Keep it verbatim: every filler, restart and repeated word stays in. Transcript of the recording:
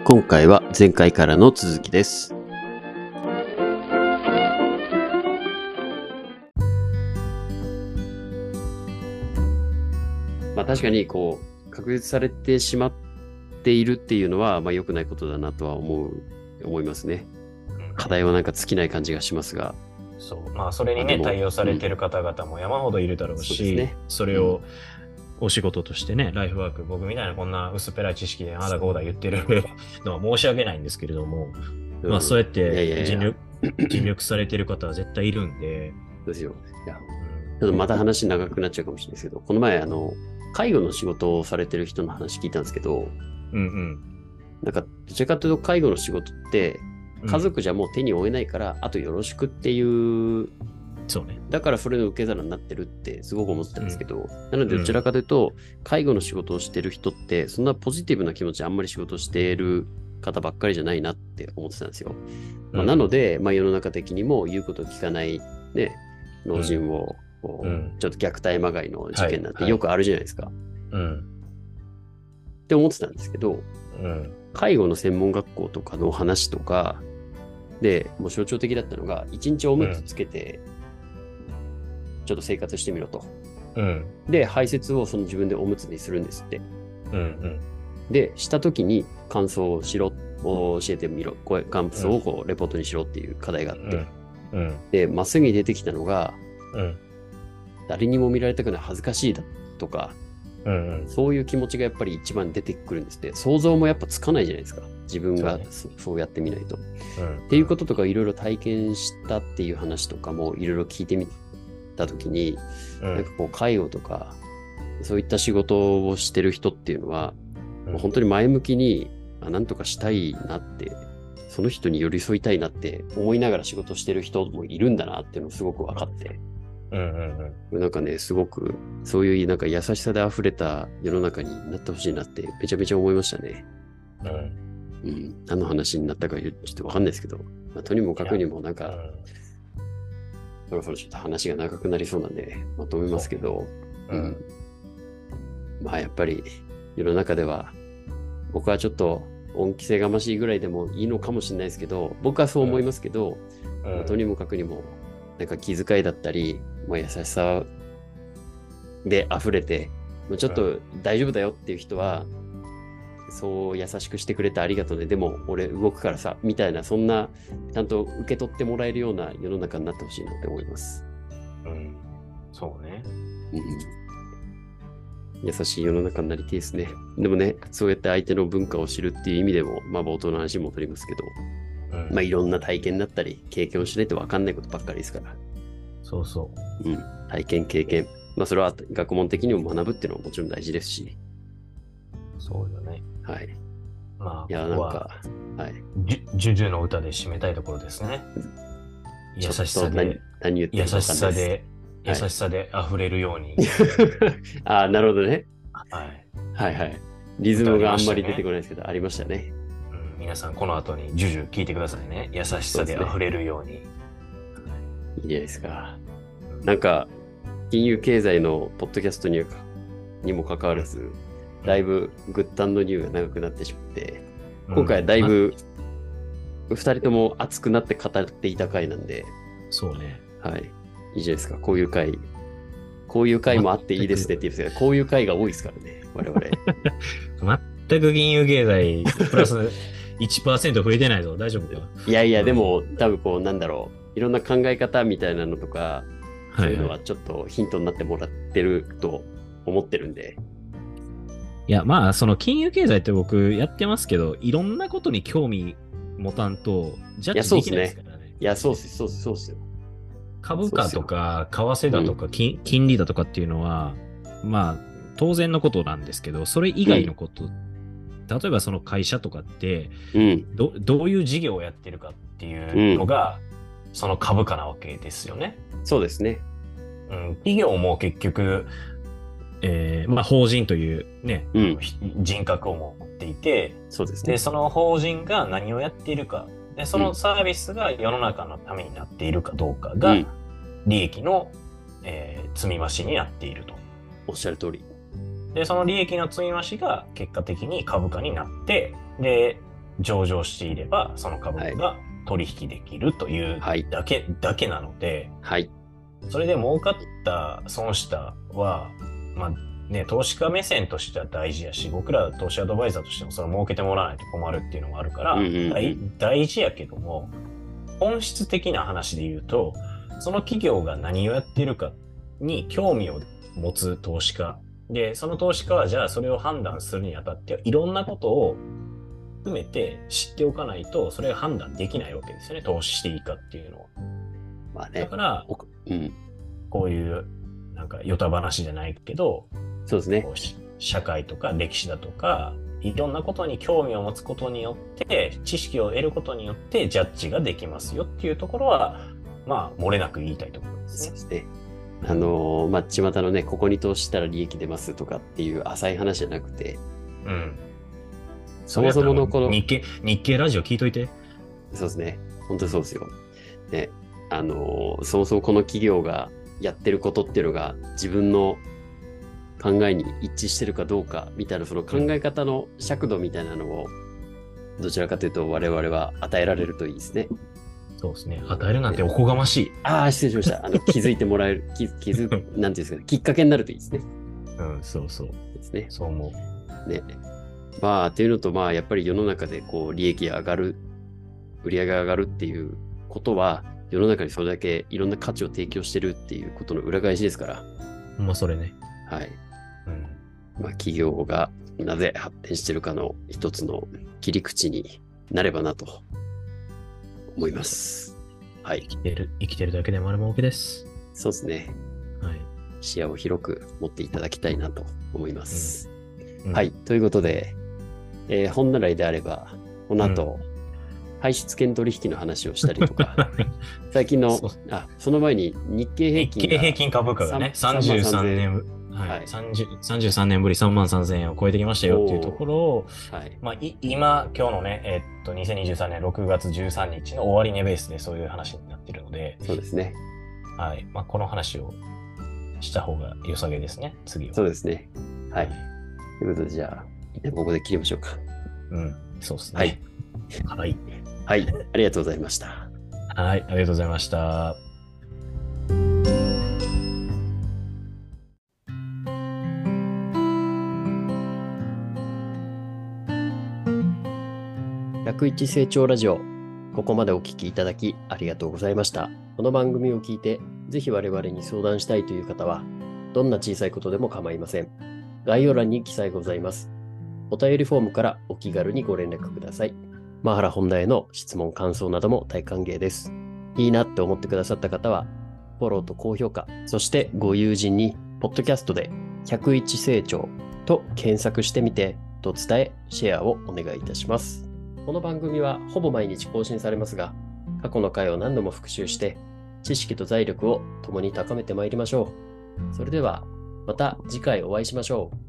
今回は前回からの続きです。まあ確かにこう確立されてしまっているっていうのはまあ良くないことだなとは思う思いますね。課題はなんか尽きない感じがしますが。 そう、まあそれにね対応されてる方々も山ほどいるだろうし、うん そ, ね、それをお仕事としてね、ライフワーク、僕みたいなこんな薄っぺらい知識であだこうだ言ってるのは申し訳ないんですけれども、うん、まあそうやって尽力、尽力されてる方は絶対いるんで。 そうですよ。いや、ちょっとまた話長くなっちゃうかもしれないですけど、この前あの介護の仕事をされてる人の話聞いたんですけど、 うんうん、 なんかどちらかというと介護の仕事って家族じゃもう手に負えないから、うん、あとよろしくっていう、 そうね、 だからそれの受け皿になってるってすごく思ってたんですけど、うん、なのでどちらかというと、うん、介護の仕事をしてる人ってそんなポジティブな気持ちあんまり仕事している方ばっかりじゃないなって思ってたんですよ。うんまあ、なので、まあ、世の中的にも言うことを聞かない、ね、老人をこう、うん、ちょっと虐待まがいの事件なんてよくあるじゃないですか。はいはい、うん、って思ってたんですけど、うん、介護の専門学校とかの話とかでもう象徴的だったのが一日おむつつけてちょっと生活してみろと、うん、で排泄をその自分でおむつにするんですって、うんうん、でした時に感想をしろ教えてみろこう感想をこうレポートにしろっていう課題があって、うんうん、でまっすぐに出てきたのが、うん、誰にも見られたくない恥ずかしいだとか、うんうん、そういう気持ちがやっぱり一番出てくるんですって。想像もやっぱつかないじゃないですか、自分が そ, う、ね、そうやってみないと、うん、っていうこととかいろいろ体験したっていう話とかもいろいろ聞いてみたときに、うん、なんかこう介護とかそういった仕事をしてる人っていうのは、うん、もう本当に前向きにあなんとかしたいなって、その人に寄り添いたいなって思いながら仕事してる人もいるんだなっていうのをすごく分かって、うんうんうん、なんかねすごくそういうなんか優しさで溢れた世の中になってほしいなってめちゃめちゃ思いましたね。うんうん、何の話になったかちょっと分かんないですけど、まあ、とにもかくにもなんか、うん、そろそろちょっと話が長くなりそうなんでまとめますけど、う、うん、まあやっぱり世の中では僕はちょっと恩着せがましいぐらいでもいいのかもしれないですけど、僕はそう思いますけど、うんまあ、とにもかくにもなんか気遣いだったり、まあ、優しさで溢れてもうちょっと大丈夫だよっていう人は、うん、そう優しくしてくれてありがとうね、でも俺動くからさみたいな、そんなちゃんと受け取ってもらえるような世の中になってほしいなって思います。 うん、そうね、うん優しい世の中になりていですね。でもね、そうやって相手の文化を知るっていう意味でも、まあ冒頭の話に戻りますけど、うん、まあいろんな体験だったり、経験をしないと分かんないことばっかりですから。 そうそう。 うん。体験、経験。まあそれは学問的にも学ぶっていうのはもちろん大事ですし。 そうよね。 はい。 まあ、 いや、なんか、はい。 ジュジュの歌で締めたいところですね。優しさで、 何言ってるか分かんないです。 優しさで、優しさで溢れるように。 ああ、なるほどね。 はい。 はいはい。リズムがあんまり出てこないですけど、ありましたね。 うん、皆さん、この後にジュジュ聞いてくださいね。優しさで溢れるように。うね、 いいじゃないですか。うん、なんか、金融経済のポッドキャストににもかかわらず、うん、だいぶグッタンのニューが長くなってしまって、うん、今回はだいぶふたりとも熱くなって語っていた回なんで。 そうね。 はい。いいじゃないですか。こういう回、こういう回もあっていいですねって言うんですけど、こういう回が多いですからね、我々。 全く金融経済プラスいちパーセント 増えてないぞ、大丈夫か。 いやいや、でも多分こう、なんだろう、いろんな考え方みたいなのとか、そういうのはちょっとヒントになってもらってると思ってるんで。はいはい、 いや、まあ、その金融経済って僕やってますけど、いろんなことに興味持たんと、ジャッジできないですからね。 いや、そうですね。いや、そうです、そうですよ。 株価とか為替だとか 金,、うん、金利だとかっていうのはまあ当然のことなんですけど、それ以外のこと、うん、例えばその会社とかって、うん、ど, どういう事業をやってるかっていうのが、うん、その株価なわけですよね。 そうですね、 うん、企業も結局、えーまあ、法人という、ねうん、人格を持っていて、 そうですね、 でその法人が何をやっているかで、そのサービスが世の中のためになっているかどうかが、利益の、えー、積み増しになっていると。 おっしゃる通り。 で、その利益の積み増しが結果的に株価になって、で、 上場していれば、その株が取引できるというだけ、はい、だけなので、 はい。 それで儲かった、損したは、まあね、投資家目線としては大事やし、僕ら投資アドバイザーとしてもそれ儲けてもらわないと困るっていうのもあるから、うんうんうん、大, 大事やけども、本質的な話で言うと、その企業が何をやっているかに興味を持つ投資家。で、その投資家はじゃあそれを判断するにあたって、いろんなことを含めて知っておかないと、それが判断できないわけですよね。投資していいかっていうのは。 まあね。 だから、うん、こういう、なんか、ヨタ話じゃないけど、 そうですね。 社会とか歴史だとか、いろんなことに興味を持つことによって、知識を得ることによって、ジャッジができますよっていうところは、まあ、漏れなく言いたいところですね。 そうですね。あのー、まあ、巷のね、ここに投資したら利益出ますとかっていう浅い話じゃなくて、 うん。 そもそものこの。 日経、日経ラジオ聞いといて。 そうですね。本当にそうですよ。ね。あのー、そもそもこの企業がやってることっていうのが自分の考えに一致してるかどうかみたいなその考え方の尺度みたいなのをどちらかというと我々は与えられるといいですね。 そうですね。与えるなんておこがましい。 ああ、失礼しました。あの気づいてもらえる、気気づ、なんていうんですかね、きっかけになるといいですね。 うん、そうそう。 ですね。 そう思う。ね。まあ、っていうのと、まあ、やっぱり世の中でこう利益が上がる、売り上げが上がるっていうことは、世の中にそれだけいろんな価値を提供してるっていうことの裏返しですから。 まあ、それね。 はい。 うん。 まあ、企業がなぜ発展してるかの一つの切り口になればなと思います。はい。 生きてる、生きてるだけで丸儲けです。 そうですね。 はい。 視野を広く持っていただきたいなと思います。 うんうん、 はい。ということで、えー、本来であれば、この後、うん排出権取引の話をしたりとか、最近の、あ、その前に日経平均。 日経平均株価がね、さんじゅうさんねん、はい、さんじゅう、さんじゅうさんねんぶりさんまんさんぜんえんを超えてきましたよっていうところを、はい、まあ、い今、今日のね、えー、っと、にせんにじゅうさんねんろくがつじゅうさんにちの終値ベースでそういう話になっているので、 そうですね。 はい。まあ、この話をした方が良さげですね、次は。 そうですね。はい。ということで、じゃあ、ここで切りましょうか。 うん、そうですね。 はい。 はい。 はい、ありがとうございました。 はい、ありがとうございました。 ひゃくいち成長ラジオ、ここまでお聞きいただきありがとうございました。この番組を聞いて、ぜひ我々に相談したいという方は、どんな小さいことでも構いません。概要欄に記載ございます。お便りフォームからお気軽にご連絡ください。マハラ本題への質問、感想なども大歓迎です。いいなって思ってくださった方は、フォローと高評価、そしてご友人に、ポッドキャストでひゃくいち成長と検索してみて、と伝え、シェアをお願いいたします。この番組はほぼ毎日更新されますが、過去の回を何度も復習して、知識と財力を共に高めてまいりましょう。それでは、また次回お会いしましょう。